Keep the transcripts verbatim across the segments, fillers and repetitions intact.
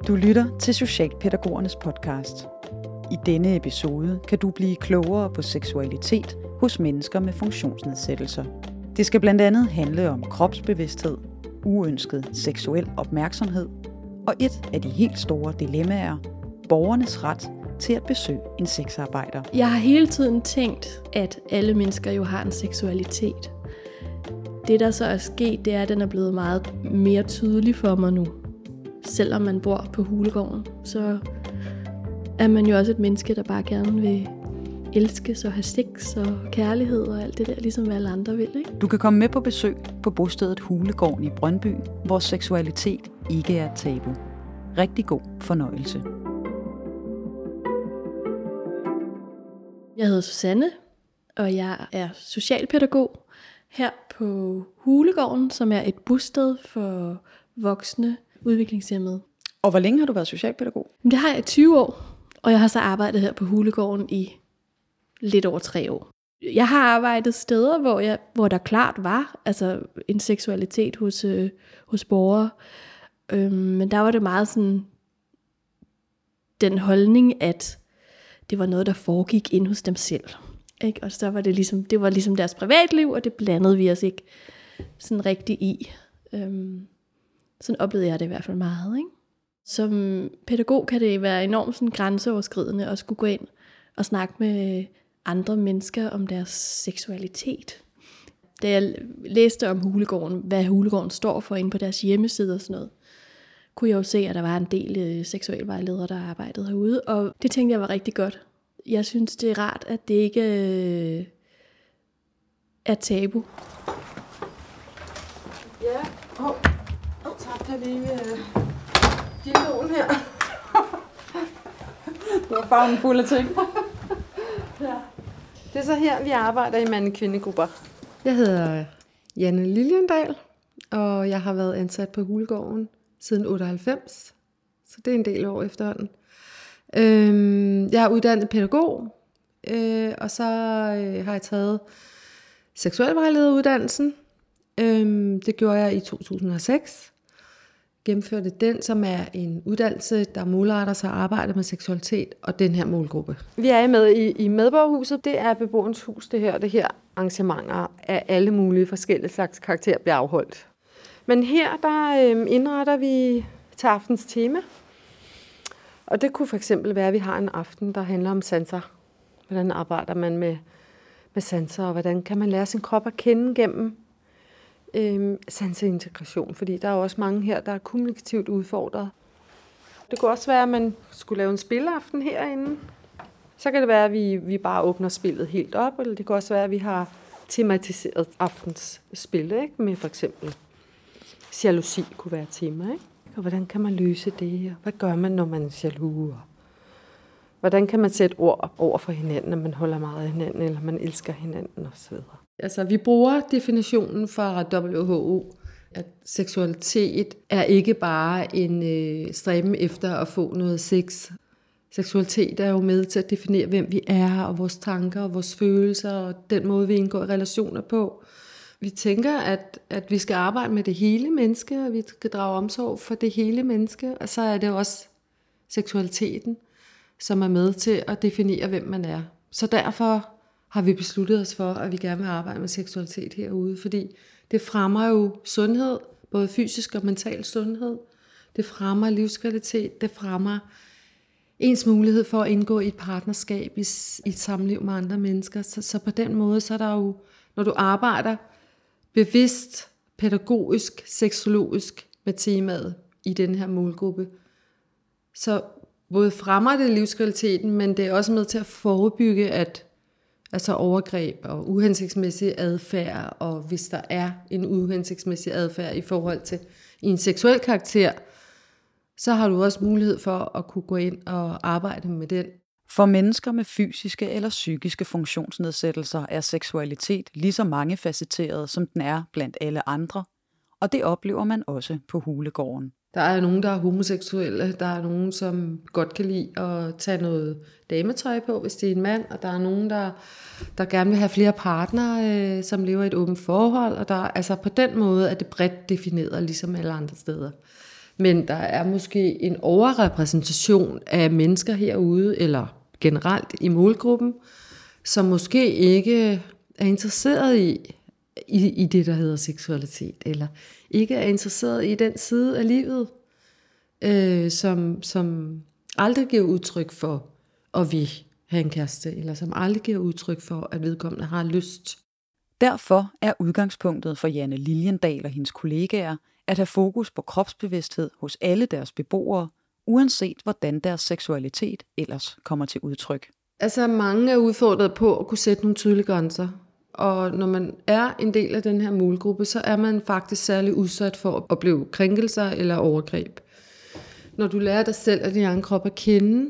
Du lytter til Socialpædagogernes podcast. I denne episode kan du blive klogere på seksualitet hos mennesker med funktionsnedsættelser. Det skal blandt andet handle om kropsbevidsthed, uønsket seksuel opmærksomhed og et af de helt store dilemmaer, borgernes ret til at besøge en sexarbejder. Jeg har hele tiden tænkt, at alle mennesker jo har en seksualitet. Det, der så er sket, det er, at den er blevet meget mere tydelig for mig nu. Selvom man bor på Hulegården, så er man jo også et menneske, der bare gerne vil elskes og have sex og kærlighed og alt det der, ligesom alle andre vil, ikke? Du kan komme med på besøg på bostedet Hulegården i Brøndby, hvor seksualitet ikke er et tabu. Rigtig god fornøjelse. Jeg hedder Susanne, og jeg er socialpædagog her på Hulegården, som er et bosted for voksne udviklingshæmmede. Og hvor længe har du været socialpædagog? Det har jeg i tyve år, og jeg har så arbejdet her på Hulegården i lidt over tre år. Jeg har arbejdet steder, hvor, jeg, hvor der klart var altså en seksualitet hos, øh, hos borgere, øhm, men der var det meget sådan den holdning, at det var noget, der foregik ind hos dem selv. Ikke? Og så var det ligesom, det var ligesom deres privatliv, og det blandede vi os ikke sådan rigtig i. Øhm, sådan oplevede jeg det i hvert fald meget. Ikke? Som pædagog kan det være enormt sådan grænseoverskridende at skulle gå ind og snakke med andre mennesker om deres seksualitet. Da jeg læste om Hulegården, hvad Hulegården står for inde på deres hjemmeside og sådan noget, kunne jeg jo se, at der var en del øh, seksualvejledere, der arbejdede herude, og det tænkte jeg var rigtig godt. Jeg synes, det er rart, at det ikke øh, er tabu. Ja, åh, oh, oh, tabte jeg lige øh, dialogen her. Du var farven fuld af ting. Ja. Det er så her, vi arbejder i mand- og kvindegrupper. Jeg hedder Janne Liljendal, og jeg har været ansat på Hulegården siden otteoghalvfems, så det er en del år efterhånden. Jeg er uddannet pædagog, og så har jeg taget seksualvejlederuddannelsen. Det gjorde jeg i to tusind og seks. Gennemførte den, som er en uddannelse, der målretter sig at arbejde med seksualitet og den her målgruppe. Vi er med i, i Medborgerhuset. Det er beboerens hus, det her. Det her arrangementer af alle mulige forskellige slags karakterer bliver afholdt. Men her, der øh, indretter vi til aftens tema. Og det kunne for eksempel være, at vi har en aften, der handler om sanser. Hvordan arbejder man med, med sanser, og hvordan kan man lære sin krop at kende gennem øh, sanseintegration. Fordi der er også mange her, der er kommunikativt udfordret. Det kunne også være, at man skulle lave en spilleaften herinde. Så kan det være, at vi, vi bare åbner spillet helt op, eller det kan også være, at vi har tematiseret aftens spil, ikke? Med for eksempel jalousi kunne være tema, ikke? Og hvordan kan man løse det? Og hvad gør man, når man er jaloux? Hvordan kan man sætte ord over for hinanden, når man holder meget af hinanden, eller man elsker hinanden osv.? Altså, vi bruger definitionen fra W H O, at seksualitet er ikke bare en øh, stræben efter at få noget sex. Seksualitet er jo med til at definere, hvem vi er, og vores tanker, og vores følelser, og den måde, vi indgår i relationer på. Vi tænker, at, at vi skal arbejde med det hele menneske, og vi skal drage omsorg for det hele menneske, og så er det også seksualiteten, som er med til at definere, hvem man er. Så derfor har vi besluttet os for, at vi gerne vil arbejde med seksualitet herude, fordi det fremmer jo sundhed, både fysisk og mental sundhed. Det fremmer livskvalitet, det fremmer ens mulighed for at indgå i et partnerskab, i, i et samliv med andre mennesker. Så, så på den måde, så er der jo, når du arbejder bevidst, pædagogisk, seksologisk med temaet i den her målgruppe, så både fremmer det livskvaliteten, men det er også med til at forebygge, at altså overgreb og uhensigtsmæssig adfærd, og hvis der er en uhensigtsmæssig adfærd i forhold til i en seksuel karakter, så har du også mulighed for at kunne gå ind og arbejde med den. For mennesker med fysiske eller psykiske funktionsnedsættelser er seksualitet lige så mangefacetteret, som den er blandt alle andre, og det oplever man også på Hulegården. Der er nogen, der er homoseksuelle, der er nogen, som godt kan lide at tage noget dametøj på, hvis det er en mand, og der er nogen, der, der gerne vil have flere partnere, øh, som lever i et åbent forhold, og der, altså på den måde er det bredt defineret, ligesom alle andre steder. Men der er måske en overrepræsentation af mennesker herude, eller generelt i målgruppen, som måske ikke er interesseret i, i, i det, der hedder seksualitet, eller ikke er interesseret i den side af livet, øh, som, som aldrig giver udtryk for at vi have en kæreste, eller som aldrig giver udtryk for, at vedkommende har lyst. Derfor er udgangspunktet for Janne Liljendahl og hendes kollegaer at have fokus på kropsbevidsthed hos alle deres beboere, uanset hvordan deres seksualitet ellers kommer til udtryk. Altså mange er udfordret på at kunne sætte nogle tydelige grænser. Og når man er en del af den her målgruppe, så er man faktisk særlig udsat for at opleve krænkelser eller overgreb. Når du lærer dig selv og din egen krop at kende,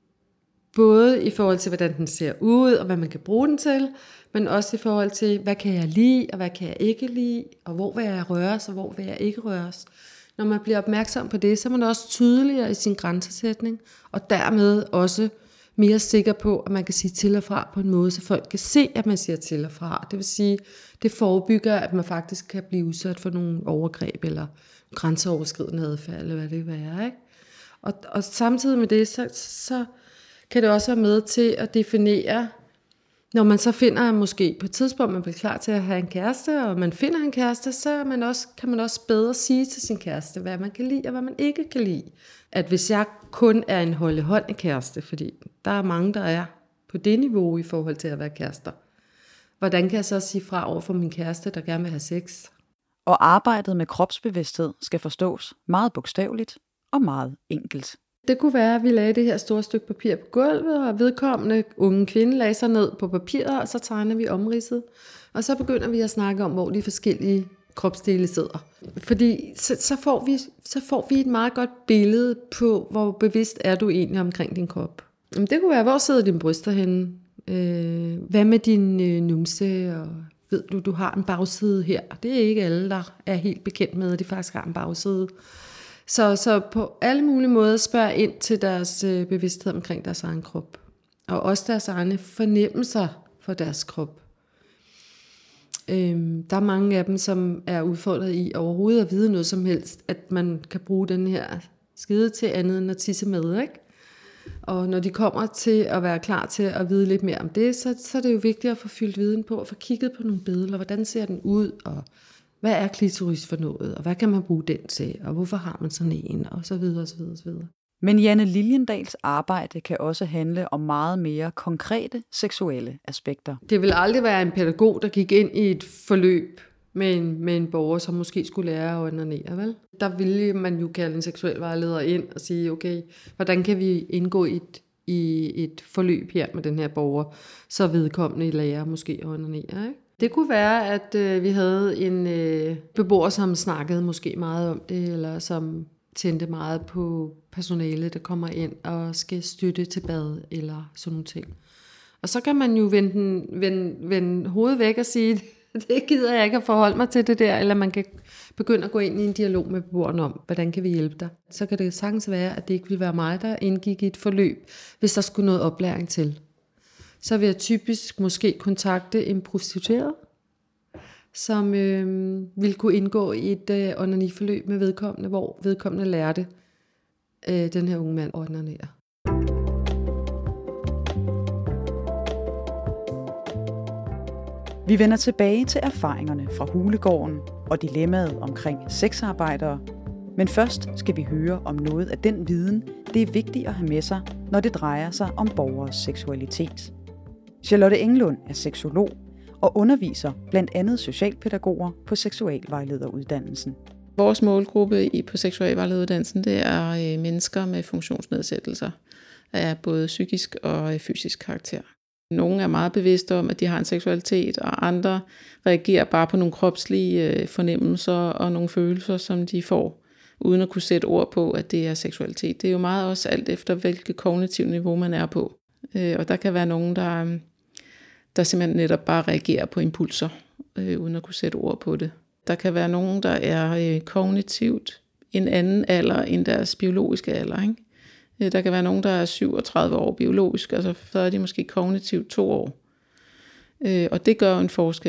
både i forhold til, hvordan den ser ud, og hvad man kan bruge den til, men også i forhold til, hvad kan jeg lide, og hvad kan jeg ikke lide, og hvor vil jeg røres, og hvor vil jeg ikke røres. Når man bliver opmærksom på det, så er man også tydeligere i sin grænsesætning, og dermed også mere sikker på, at man kan sige til og fra på en måde, så folk kan se, at man siger til og fra. Det vil sige, det forebygger, at man faktisk kan blive udsat for nogle overgreb, eller grænseoverskridende adfærd, eller hvad det vil være, ikke? Og, og samtidig med det, så, så kan det også være med til at definere, når man så finder måske på et tidspunkt, man bliver klar til at have en kæreste, og man finder en kæreste, så er man også, kan man også bedre sige til sin kæreste, hvad man kan lide, og hvad man ikke kan lide. At hvis jeg kun er en holde hånd kæreste, fordi der er mange, der er på det niveau i forhold til at være kærester, hvordan kan jeg så sige fra over for min kæreste, der gerne vil have sex? Og arbejdet med kropsbevidsthed skal forstås meget bogstaveligt og meget enkelt. Det kunne være, at vi lagde det her store stykke papir på gulvet, og vedkommende unge kvinde lagde sig ned på papiret, og så tegner vi omridset. Og så begynder vi at snakke om, hvor de forskellige kropsdele sidder. Fordi så, så, får vi, så får vi et meget godt billede på, hvor bevidst er du egentlig omkring din krop. Det kunne være, hvor sidder dine bryster henne? Øh, hvad med din øh, numse? Og ved du, du har en bagside her? Det er ikke alle, der er helt bekendt med, at de faktisk har en bagside. Så, så på alle mulige måder spørger ind til deres øh, bevidsthed omkring deres egen krop. Og også deres egne fornemmelser for deres krop. Øhm, der er mange af dem, som er udfordret i overhovedet at vide noget som helst, at man kan bruge den her skide til andet end at tisse med, ikke? Og når de kommer til at være klar til at vide lidt mere om det, så, så er det jo vigtigt at få fyldt viden på, og få kigget på nogle billeder, hvordan ser den ud, og hvad er klitoris for noget, og hvad kan man bruge den til, og hvorfor har man sådan en, og så videre, og så videre, og så videre. Men Janne Liljendahls arbejde kan også handle om meget mere konkrete seksuelle aspekter. Det vil aldrig være en pædagog, der gik ind i et forløb med en, med en borger, som måske skulle lære at onanere, vel? Der ville man jo kalde en seksuel vejleder ind og sige, okay, hvordan kan vi indgå i et, i et forløb her med den her borger, så vedkommende lærer måske at onanere, ikke? Det kunne være, at øh, vi havde en øh, beboer, som snakkede måske meget om det, eller som tændte meget på personale, der kommer ind og skal støtte til bad, eller sådan nogle ting. Og så kan man jo vende, vende, vende hovedet væk og sige, det gider jeg ikke at forholde mig til det der, eller man kan begynde at gå ind i en dialog med beboeren om, hvordan kan vi hjælpe dig. Så kan det sagtens være, at det ikke vil være mig, der indgik i et forløb, hvis der skulle noget oplæring til. Så vil jeg typisk måske kontakte en prostitueret, som øh, ville kunne indgå i et øh, onaniforløb med vedkommende, hvor vedkommende lærte øh, den her unge mand at onanere. Vi vender tilbage til erfaringerne fra Hulegården og dilemmaet omkring sexarbejdere, men først skal vi høre om noget af den viden, det er vigtigt at have med sig, når det drejer sig om borgeres seksualitet. Charlotte Englund er seksolog og underviser blandt andet socialpædagoger på seksualvejlederuddannelsen. Vores målgruppe på seksualvejlederuddannelsen, det er øh, mennesker med funktionsnedsættelser af både psykisk og fysisk karakter. Nogle er meget bevidste om, at de har en seksualitet, og andre reagerer bare på nogle kropslige øh, fornemmelser og nogle følelser, som de får, uden at kunne sætte ord på, at det er seksualitet. Det er jo meget også alt efter, hvilket kognitivt niveau man er på. Øh, og der kan være nogen, der, der simpelthen netop bare reagerer på impulser, øh, uden at kunne sætte ord på det. Der kan være nogen, der er øh, kognitivt en anden alder end deres biologiske alder, ikke? Øh, der kan være nogen, der er syvogtredive år biologisk, altså så er de måske kognitivt to år. Øh, og det gør jo en forskel.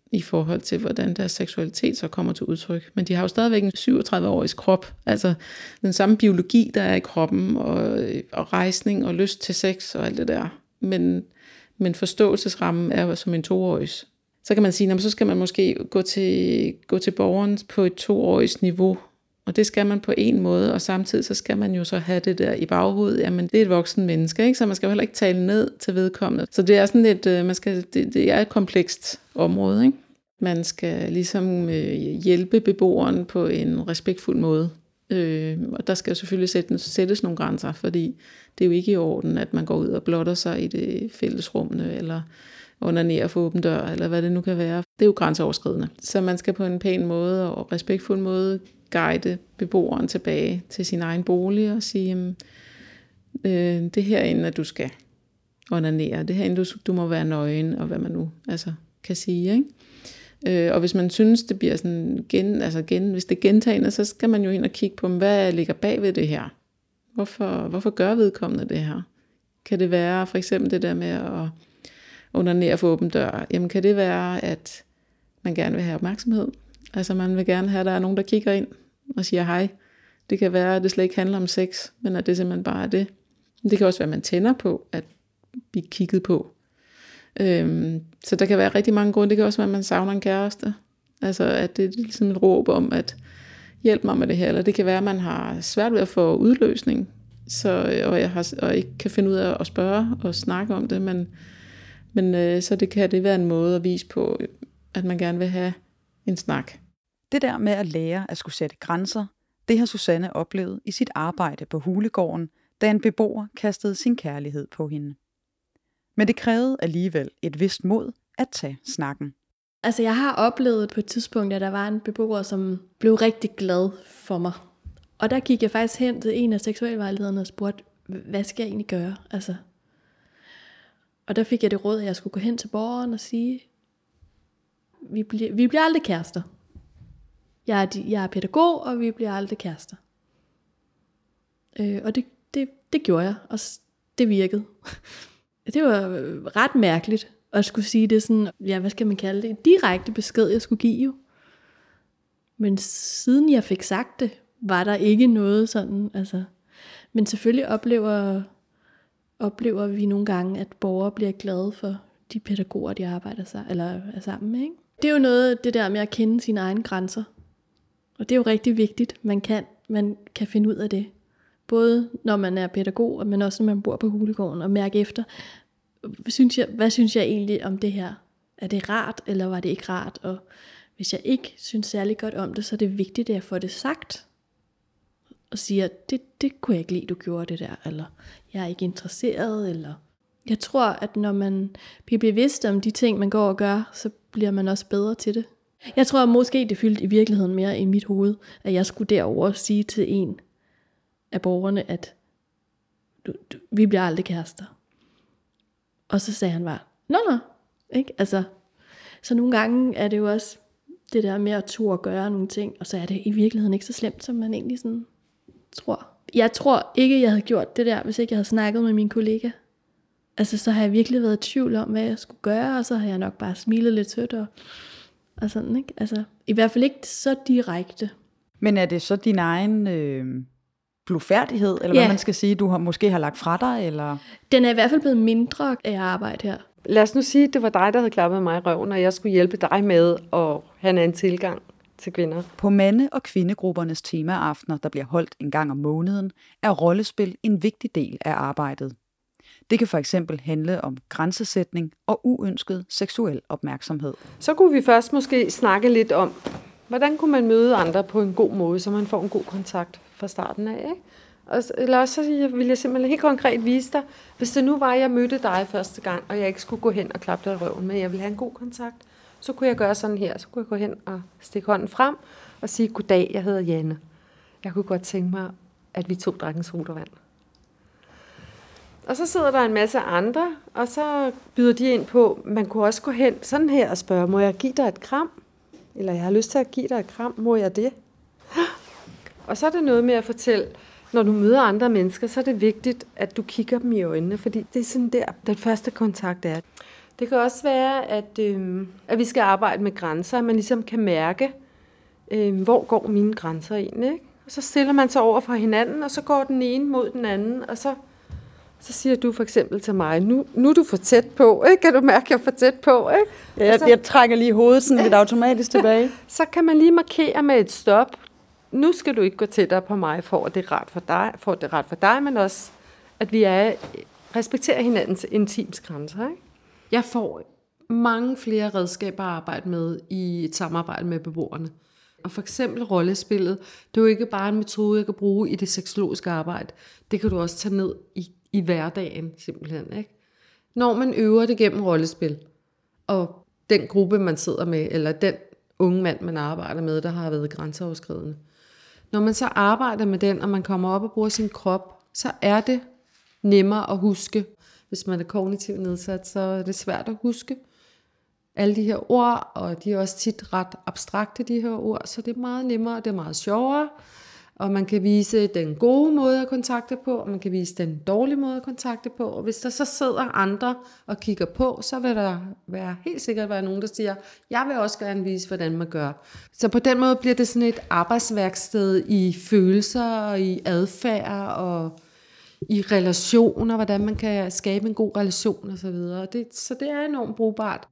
i forhold til, hvordan deres seksualitet så kommer til udtryk. Men de har jo stadigvæk en syvogtredive-årig krop, altså den samme biologi, der er i kroppen, og, og rejsning og lyst til sex og alt det der. Men, men forståelsesrammen er jo som en toårigs. Så kan man sige, at så skal man måske gå til, gå til borgeren på et toårigs niveau, og det skal man på en måde, og samtidig så skal man jo så have det der i baghovedet, jamen det er et voksen menneske, ikke? Så man skal jo heller ikke tale ned til vedkommende. Så det er sådan et, man skal, det, det er et komplekst område, ikke? Man skal ligesom øh, hjælpe beboeren på en respektfuld måde, øh, og der skal jo selvfølgelig sættes, sættes nogle grænser, fordi det er jo ikke i orden, at man går ud og blotter sig i det fællesrummene, eller onanerer for åben dør, eller hvad det nu kan være. Det er jo grænseoverskridende. Så man skal på en pæn måde og respektfuld måde guide beboeren tilbage til sin egen bolig og sige, øh, det er herinde, at du skal onanere, det er herinde, du, du må være nøgen, og hvad man nu altså, kan sige. Ikke? Øh, og hvis man synes, det bliver sådan gen, altså gen, hvis det er gentagende, så skal man jo ind og kigge på, hvad ligger bag ved det her. Hvorfor, hvorfor gør vedkommende det her? Kan det være for eksempel det der med at onanere for åben dør? Jamen kan det være, at man gerne vil have opmærksomhed? Altså man vil gerne have, at der er nogen, der kigger ind og siger hej. Det kan være, at det slet ikke handler om sex, men at det simpelthen bare er det. Det kan også være, at man tænder på at blive kigget på. Øhm, så der kan være rigtig mange grunde. Det kan også være, at man savner en kæreste. Altså at det er ligesom et råb om, at hjælp mig med det her. Eller det kan være, at man har svært ved at få udløsning, så, og, jeg har, og ikke kan finde ud af at spørge og snakke om det. Men, men øh, så det kan det være en måde at vise på, at man gerne vil have en snak. Det der med at lære at skulle sætte grænser, det har Susanne oplevet i sit arbejde på Hulegården, da en beboer kastede sin kærlighed på hende. Men det krævede alligevel et vist mod at tage snakken. Altså jeg har oplevet på et tidspunkt, at der var en beboer, som blev rigtig glad for mig. Og der gik jeg faktisk hen til en af seksualvejlederne og spurgte, hvad skal jeg egentlig gøre? Altså. Og der fik jeg det råd, at jeg skulle gå hen til borgeren og sige, vi bliver, vi bliver aldrig kærester. Jeg er, jeg er pædagog, og vi bliver aldrig kærester. Øh, og det, det, det gjorde jeg, og det virkede. Det var ret mærkeligt at skulle sige det sådan, ja, hvad skal man kalde det, en direkte besked, jeg skulle give jo. Men siden jeg fik sagt det, var der ikke noget sådan, altså. Men selvfølgelig oplever, oplever vi nogle gange, at borgere bliver glade for de pædagoger, de arbejder sig, eller er sammen med, ikke? Det er jo noget, det der med at kende sine egne grænser. Og det er jo rigtig vigtigt, man kan, man kan finde ud af det. Både når man er pædagog, men også når man bor på Hulegården, og mærke efter, synes jeg, hvad synes jeg egentlig om det her? Er det rart, eller var det ikke rart? Og hvis jeg ikke synes særlig godt om det, så er det vigtigt, at jeg får det sagt. Og siger, det, det kunne jeg ikke lide, du gjorde det der, eller jeg er ikke interesseret, eller... Jeg tror, at når man bliver bevidst om de ting, man går og gør, så bliver man også bedre til det. Jeg tror at måske, det fyldte i virkeligheden mere i mit hoved, at jeg skulle derover sige til en af borgerne, at du, du, vi bliver aldrig kærester. Og så sagde han bare, nå nå, ikke? Altså, så nogle gange er det jo også det der med at turde gøre nogle ting, og så er det i virkeligheden ikke så slemt, som man egentlig sådan tror. Jeg tror ikke, jeg havde gjort det der, hvis ikke jeg havde snakket med min kollega. Altså, så har jeg virkelig været i tvivl om, hvad jeg skulle gøre, og så har jeg nok bare smilet lidt sødt og, og sådan, ikke? Altså, i hvert fald ikke så direkte. Men er det så din egen øh, blufærdighed, eller ja. hvad man skal sige, du har, måske har lagt fra dig, eller? Den er i hvert fald blevet mindre af arbejde her. Lad os nu sige, at det var dig, der havde klappet mig i røven, og jeg skulle hjælpe dig med at have en tilgang til kvinder. På mande- og kvindegruppernes temaaftener, der bliver holdt en gang om måneden, er rollespil en vigtig del af arbejdet. Det kan for eksempel handle om grænsesætning og uønsket seksuel opmærksomhed. Så kunne vi først måske snakke lidt om, hvordan kunne man møde andre på en god måde, så man får en god kontakt fra starten af, ikke? Og, eller også så vil jeg simpelthen helt konkret vise dig, hvis det nu var, at jeg mødte dig første gang, og jeg ikke skulle gå hen og klappe dig i røven, men jeg ville have en god kontakt, så kunne jeg gøre sådan her. Så kunne jeg gå hen og stikke hånden frem og sige, goddag, jeg hedder Janne. Jeg kunne godt tænke mig, at vi tog drak en sodavand. Og så sidder der en masse andre, og så byder de ind på, man kunne også gå hen sådan her og spørge, må jeg give dig et kram? Eller jeg har lyst til at give dig et kram, må jeg det? Og så er det noget med at fortælle, når du møder andre mennesker, så er det vigtigt, at du kigger dem i øjnene, fordi det er sådan der, den første kontakt er. Det kan også være, at, øh, at vi skal arbejde med grænser, at man ligesom kan mærke, øh, hvor går mine grænser egentlig, ikke? Og så stiller man sig over for hinanden, og så går den ene mod den anden, og så, så siger du for eksempel til mig, nu, nu er du for tæt på, ikke? Kan du mærke, at jeg er for tæt på, ikke? Ja, så, jeg trækker lige hovedet sådan lidt automatisk tilbage. Så kan man lige markere med et stop. Nu skal du ikke gå tættere på mig, for at det er rart for dig, for at det er rart for dig, men også, at vi er, respekterer hinandens intims grænser, ikke? Jeg får mange flere redskaber at arbejde med i et samarbejde med beboerne. Og for eksempel rollespillet, det er jo ikke bare en metode, jeg kan bruge i det seksologiske arbejde. Det kan du også tage ned i, i hverdagen, simpelthen, ikke? Når man øver det gennem rollespil, og den gruppe, man sidder med, eller den unge mand, man arbejder med, der har været grænseoverskridende. Når man så arbejder med den, og man kommer op og bruger sin krop, så er det nemmere at huske. Hvis man er kognitivt nedsat, så er det svært at huske alle de her ord, og de er også tit ret abstrakte, de her ord, så det er meget nemmere, det er meget sjovere, og man kan vise den gode måde at kontakte på, og man kan vise den dårlige måde at kontakte på, og hvis der så sidder andre og kigger på, så vil der være helt sikkert være nogen, der siger, jeg vil også gerne vise, hvordan man gør. Så på den måde bliver det sådan et arbejdsværksted i følelser, og i adfærd, og i relationer, hvordan man kan skabe en god relation og så videre. Det, så det er enormt brugbart.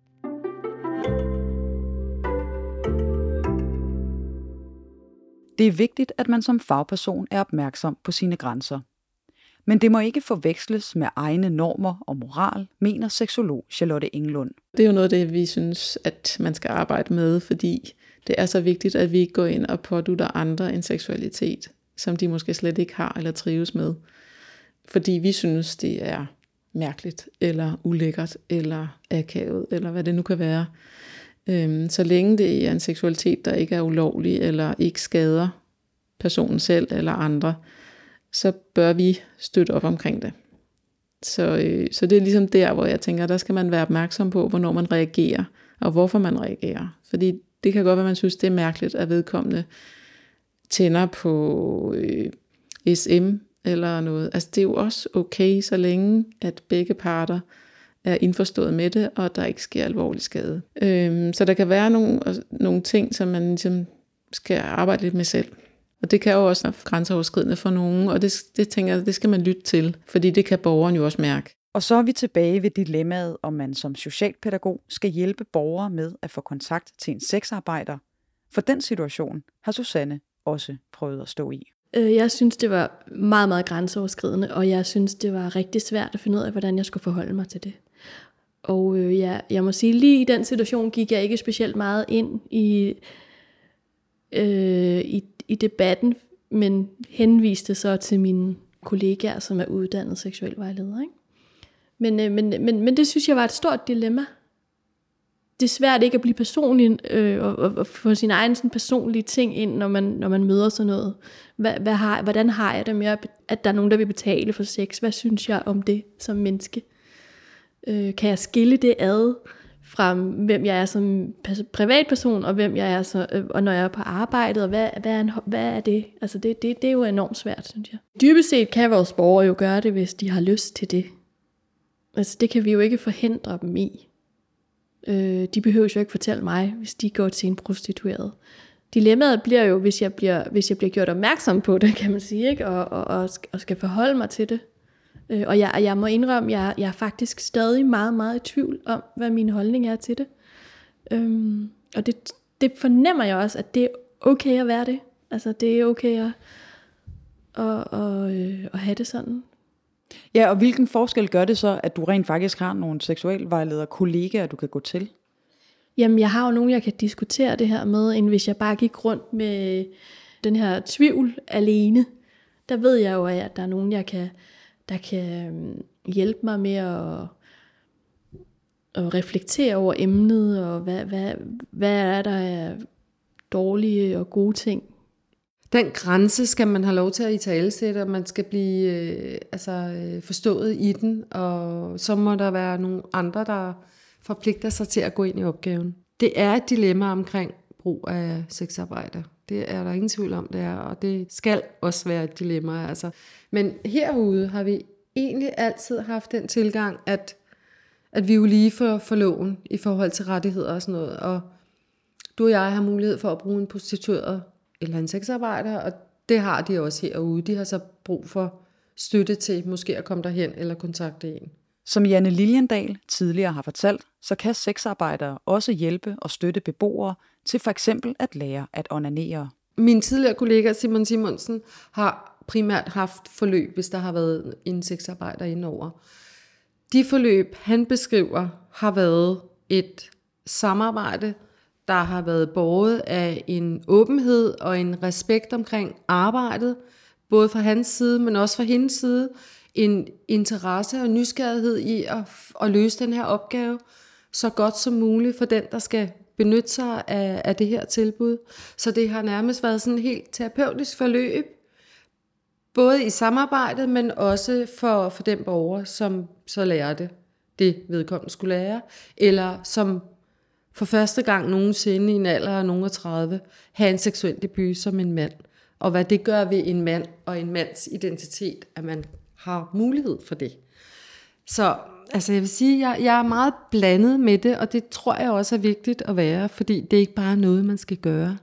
Det er vigtigt, at man som fagperson er opmærksom på sine grænser. Men det må ikke forveksles med egne normer og moral, mener seksolog Charlotte Englund. Det er jo noget af det, vi synes, at man skal arbejde med, fordi det er så vigtigt, at vi ikke går ind og pådutter andre en seksualitet, som de måske slet ikke har eller trives med. Fordi vi synes, det er mærkeligt, eller ulækkert, eller akavet, eller hvad det nu kan være. Øhm, så længe det er en seksualitet, der ikke er ulovlig, eller ikke skader personen selv eller andre, så bør vi støtte op omkring det. Så, øh, så det er ligesom der, hvor jeg tænker, der skal man være opmærksom på, hvornår man reagerer, og hvorfor man reagerer. Fordi det kan godt være, at man synes, det er mærkeligt, at vedkommende tænder på øh, S M, eller noget. Altså det er jo også okay, så længe at begge parter er indforstået med det, og der ikke sker alvorlig skade. Øhm, så der kan være nogle, nogle ting, som man ligesom skal arbejde lidt med selv. Og det kan jo også være grænseoverskridende for nogen, og det, det tænker jeg, det skal man lytte til, fordi det kan borgeren jo også mærke. Og så er vi tilbage ved dilemmaet, om man som socialpædagog skal hjælpe borgere med at få kontakt til en sexarbejder. For den situation har Susanne også prøvet at stå i. Jeg synes, det var meget, meget grænseoverskridende, og jeg synes, det var rigtig svært at finde ud af, hvordan jeg skulle forholde mig til det. Og øh, ja, jeg må sige, lige i den situation gik jeg ikke specielt meget ind i, øh, i, i debatten, men henviste så til mine kollegaer, som er uddannet seksualvejledere, ikke? Men, øh, men, men, men det synes jeg var et stort dilemma. Det er svært ikke at blive personlig øh, og, og, og få sine egne sådan, personlige ting ind, når man, når man møder sådan noget. Hvad, hvad har, hvordan har jeg det med, at der er nogen, der vil betale for sex? Hvad synes jeg om det som menneske? Øh, kan jeg skille det ad fra, hvem jeg er som privatperson, og hvem jeg er, så, øh, og når jeg er på arbejdet, og hvad, hvad, er, en, hvad er det? Altså det, det? Det er jo enormt svært, synes jeg. Dybest set kan vores borgere jo gøre det, hvis de har lyst til det. Altså det kan vi jo ikke forhindre dem i. Øh, de behøver jo ikke fortælle mig, hvis de går til en prostitueret. Dilemmaet bliver jo, hvis jeg bliver, hvis jeg bliver gjort opmærksom på det, kan man sige, ikke? Og, og, og skal forholde mig til det. Øh, og jeg, jeg må indrømme, jeg, jeg er faktisk stadig meget, meget i tvivl om, hvad min holdning er til det. Øhm, og det, det fornemmer jeg også, at det er okay at være det. Altså det er okay at, at, at, øh, at have det sådan. Ja, og hvilken forskel gør det så, at du rent faktisk har nogle seksualvejledere kollegaer, du kan gå til? Jamen, jeg har jo nogen, jeg kan diskutere det her med, end hvis jeg bare gik rundt med den her tvivl alene. Der ved jeg jo, at der er nogen, jeg kan, der kan hjælpe mig med at, at reflektere over emnet, og hvad, hvad, hvad er der af dårlige og gode ting. Den grænse skal man have lov til at italesætte, og man skal blive øh, altså, øh, forstået i den, og så må der være nogle andre, der forpligter sig til at gå ind i opgaven. Det er et dilemma omkring brug af sexarbejde. Det er der ingen tvivl om, det er, og det skal også være et dilemma. Altså. Men herude har vi egentlig altid haft den tilgang, at, at vi er jo lige for, for loven i forhold til rettigheder og sådan noget. Og du og jeg har mulighed for at bruge en prostitueret eller en sexarbejder, og det har de også herude. De har så brug for støtte til måske at komme derhen eller kontakte en. Som Janne Liljendal tidligere har fortalt, så kan sexarbejdere også hjælpe og støtte beboere til for eksempel at lære at onanere. Min tidligere kollega Simon Simonsen har primært haft forløb, hvis der har været en sexarbejder indover. De forløb, han beskriver, har været et samarbejde, der har været båret af en åbenhed og en respekt omkring arbejdet, både fra hans side, men også fra hendes side. En interesse og nysgerrighed i at, at løse den her opgave så godt som muligt for den, der skal benytte sig af, af det her tilbud. Så det har nærmest været sådan et helt terapeutisk forløb, både i samarbejdet, men også for, for den borger, som så lærte det, vedkommende skulle lære, eller som for første gang nogensinde i en alder af nogen af tredive, have en seksuel debut som en mand. Og hvad det gør ved en mand og en mands identitet, at man har mulighed for det. Så altså jeg vil sige, jeg, jeg er meget blandet med det, og det tror jeg også er vigtigt at være, fordi det er ikke bare noget, man skal gøre.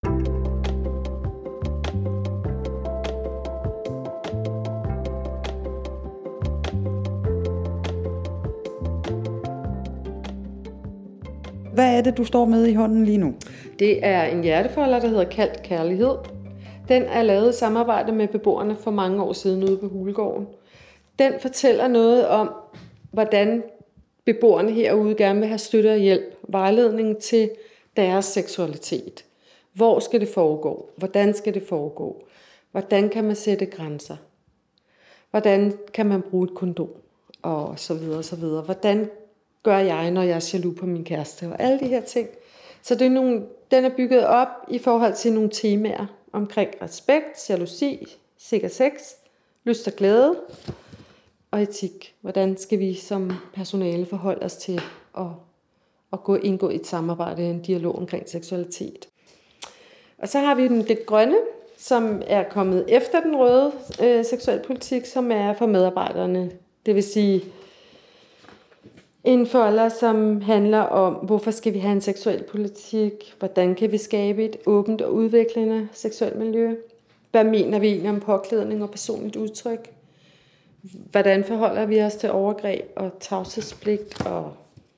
Hvad er det, du står med i hånden lige nu? Det er en hjertefolder, der hedder Kaldt Kærlighed. Den er lavet i samarbejde med beboerne for mange år siden ude på Hulegården. Den fortæller noget om, hvordan beboerne herude gerne vil have støtte og hjælp, vejledning til deres seksualitet. Hvor skal det foregå? Hvordan skal det foregå? Hvordan kan man sætte grænser? Hvordan kan man bruge et kondom? Og så videre, og så videre. Hvordan gør jeg, når jeg er jaloux på min kæreste? Og alle de her ting. Så det er nogle, den er bygget op i forhold til nogle temaer omkring respekt, jalousi, sikker sex, lyst og glæde og etik. Hvordan skal vi som personale forholde os til at, at gå indgå i et samarbejde, en dialog omkring seksualitet. Og så har vi den lidt grønne, som er kommet efter den røde øh, seksualpolitik, som er for medarbejderne. Det vil sige en folder, som handler om, hvorfor skal vi have en seksuel politik, hvordan kan vi skabe et åbent og udviklende seksuelt miljø, hvad mener vi egentlig om påklædning og personligt udtryk, hvordan forholder vi os til overgreb og tavshedspligt, og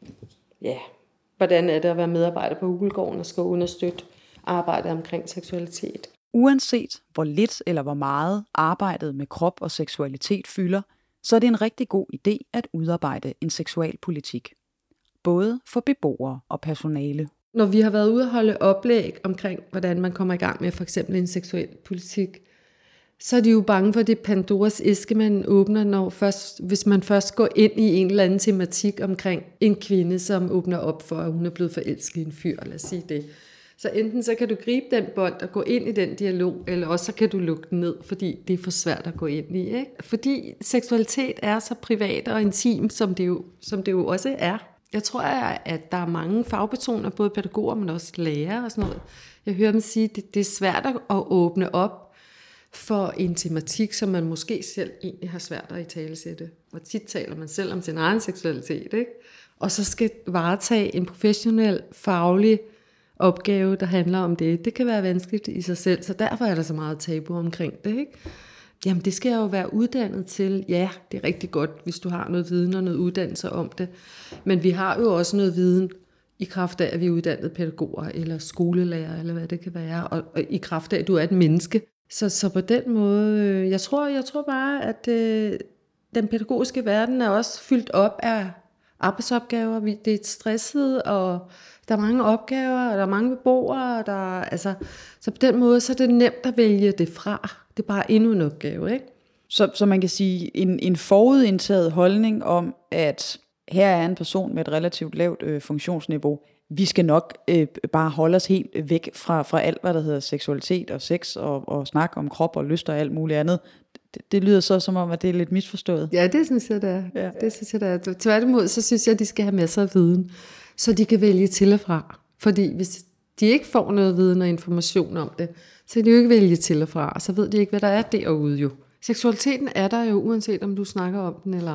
ja, hvordan er det at være medarbejder på Hulegården og skal understøtte arbejdet omkring seksualitet. Uanset hvor lidt eller hvor meget arbejdet med krop og seksualitet fylder, så er det en rigtig god idé at udarbejde en seksualpolitik. Både for beboere og personale. Når vi har været ude at holde oplæg omkring, hvordan man kommer i gang med for eksempel en seksuel politik, så er de jo bange for, det Pandoras æske, man åbner, når først, hvis man først går ind i en eller anden tematik omkring en kvinde, som åbner op for, at hun er blevet forelsket i en fyr, lad os sige det. Så enten så kan du gribe den bånd og gå ind i den dialog, eller også så kan du lukke den ned, fordi det er for svært at gå ind i. Ikke? Fordi seksualitet er så privat og intim, som det, jo, som det jo også er. Jeg tror, at der er mange fagpersoner, både pædagoger, men også lærere og sådan noget. Jeg hører dem sige, at det, det er svært at åbne op for en tematik, som man måske selv egentlig har svært at italesætte. Hvor tit taler man selv om sin egen seksualitet, ikke? Og så skal varetage en professionel, faglig opgave, der handler om det. Det kan være vanskeligt i sig selv, så derfor er der så meget tabu omkring det, ikke? Jamen, det skal jeg jo være uddannet til. Ja, det er rigtig godt, hvis du har noget viden og noget uddannelse om det. Men vi har jo også noget viden i kraft af, at vi er uddannede pædagoger eller skolelærer, eller hvad det kan være, og, og i kraft af, at du er et menneske. Så, så på den måde, øh, jeg tror, jeg tror bare, at øh, den pædagogiske verden er også fyldt op af arbejdsopgaver. Det er stresset, og der er mange opgaver, og der er mange beboere. Der, altså, så på den måde så er det nemt at vælge det fra. Det er bare endnu en opgave, ikke? Så, så man kan sige, en, en forudindtaget holdning om, at her er en person med et relativt lavt øh, funktionsniveau. Vi skal nok øh, bare holde os helt væk fra, fra alt, hvad der hedder seksualitet og sex og, og snak om krop og lyst og alt muligt andet. Det, det lyder så som om, at det er lidt misforstået. Ja, det synes jeg, det er. Ja. Det synes jeg, det er. Tværtimod, så synes jeg, at de skal have masser af viden, så de kan vælge til og fra. Fordi hvis de ikke får noget viden og information om det, så kan de jo ikke vælge til og fra, og så ved de ikke, hvad der er derude jo. Seksualiteten er der jo, uanset om du snakker om den eller ej.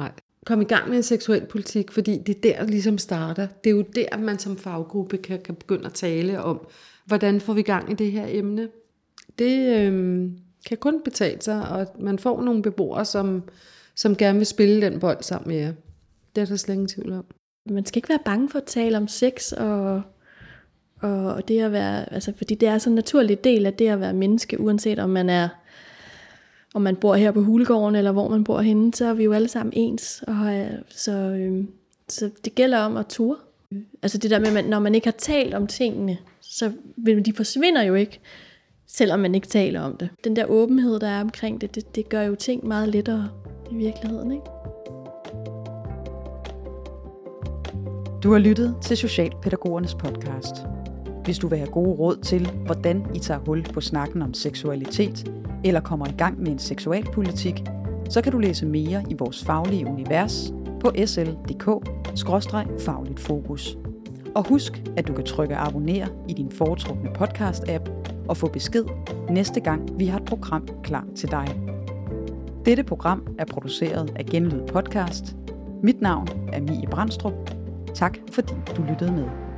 komme i gang med en seksuel politik, fordi det er der, ligesom starter. Det er jo der, man som faggruppe kan, kan begynde at tale om, hvordan får vi gang i det her emne. Det øh, kan kun betale sig, og man får nogle beboere, som, som gerne vil spille den bold sammen med jer. Det er der slet ingen tvivl om. Man skal ikke være bange for at tale om sex og, og det at være, altså fordi det er så en naturlig del af det at være menneske, uanset om man er, om man bor her på Hulegården eller hvor man bor henne, så er vi jo alle sammen ens, og så, øh, så det gælder om at ture. Altså det der med, at når man ikke har talt om tingene, så vil de forsvinder jo ikke, selvom man ikke taler om det. Den der åbenhed, der er omkring det, det, det gør jo ting meget lettere i virkeligheden, ikke? Du har lyttet til Socialpædagogernes podcast. Hvis du vil have gode råd til, hvordan I tager hul på snakken om seksualitet, eller kommer i gang med en seksualpolitik, så kan du læse mere i vores faglige univers på s l punktum d k skråstreg fagligt fokus. Og husk, at du kan trykke abonner i din foretrukne podcast-app og få besked næste gang, vi har et program klar til dig. Dette program er produceret af Genlyd Podcast. Mit navn er Mie Brandstrup. Tak fordi du lyttede med.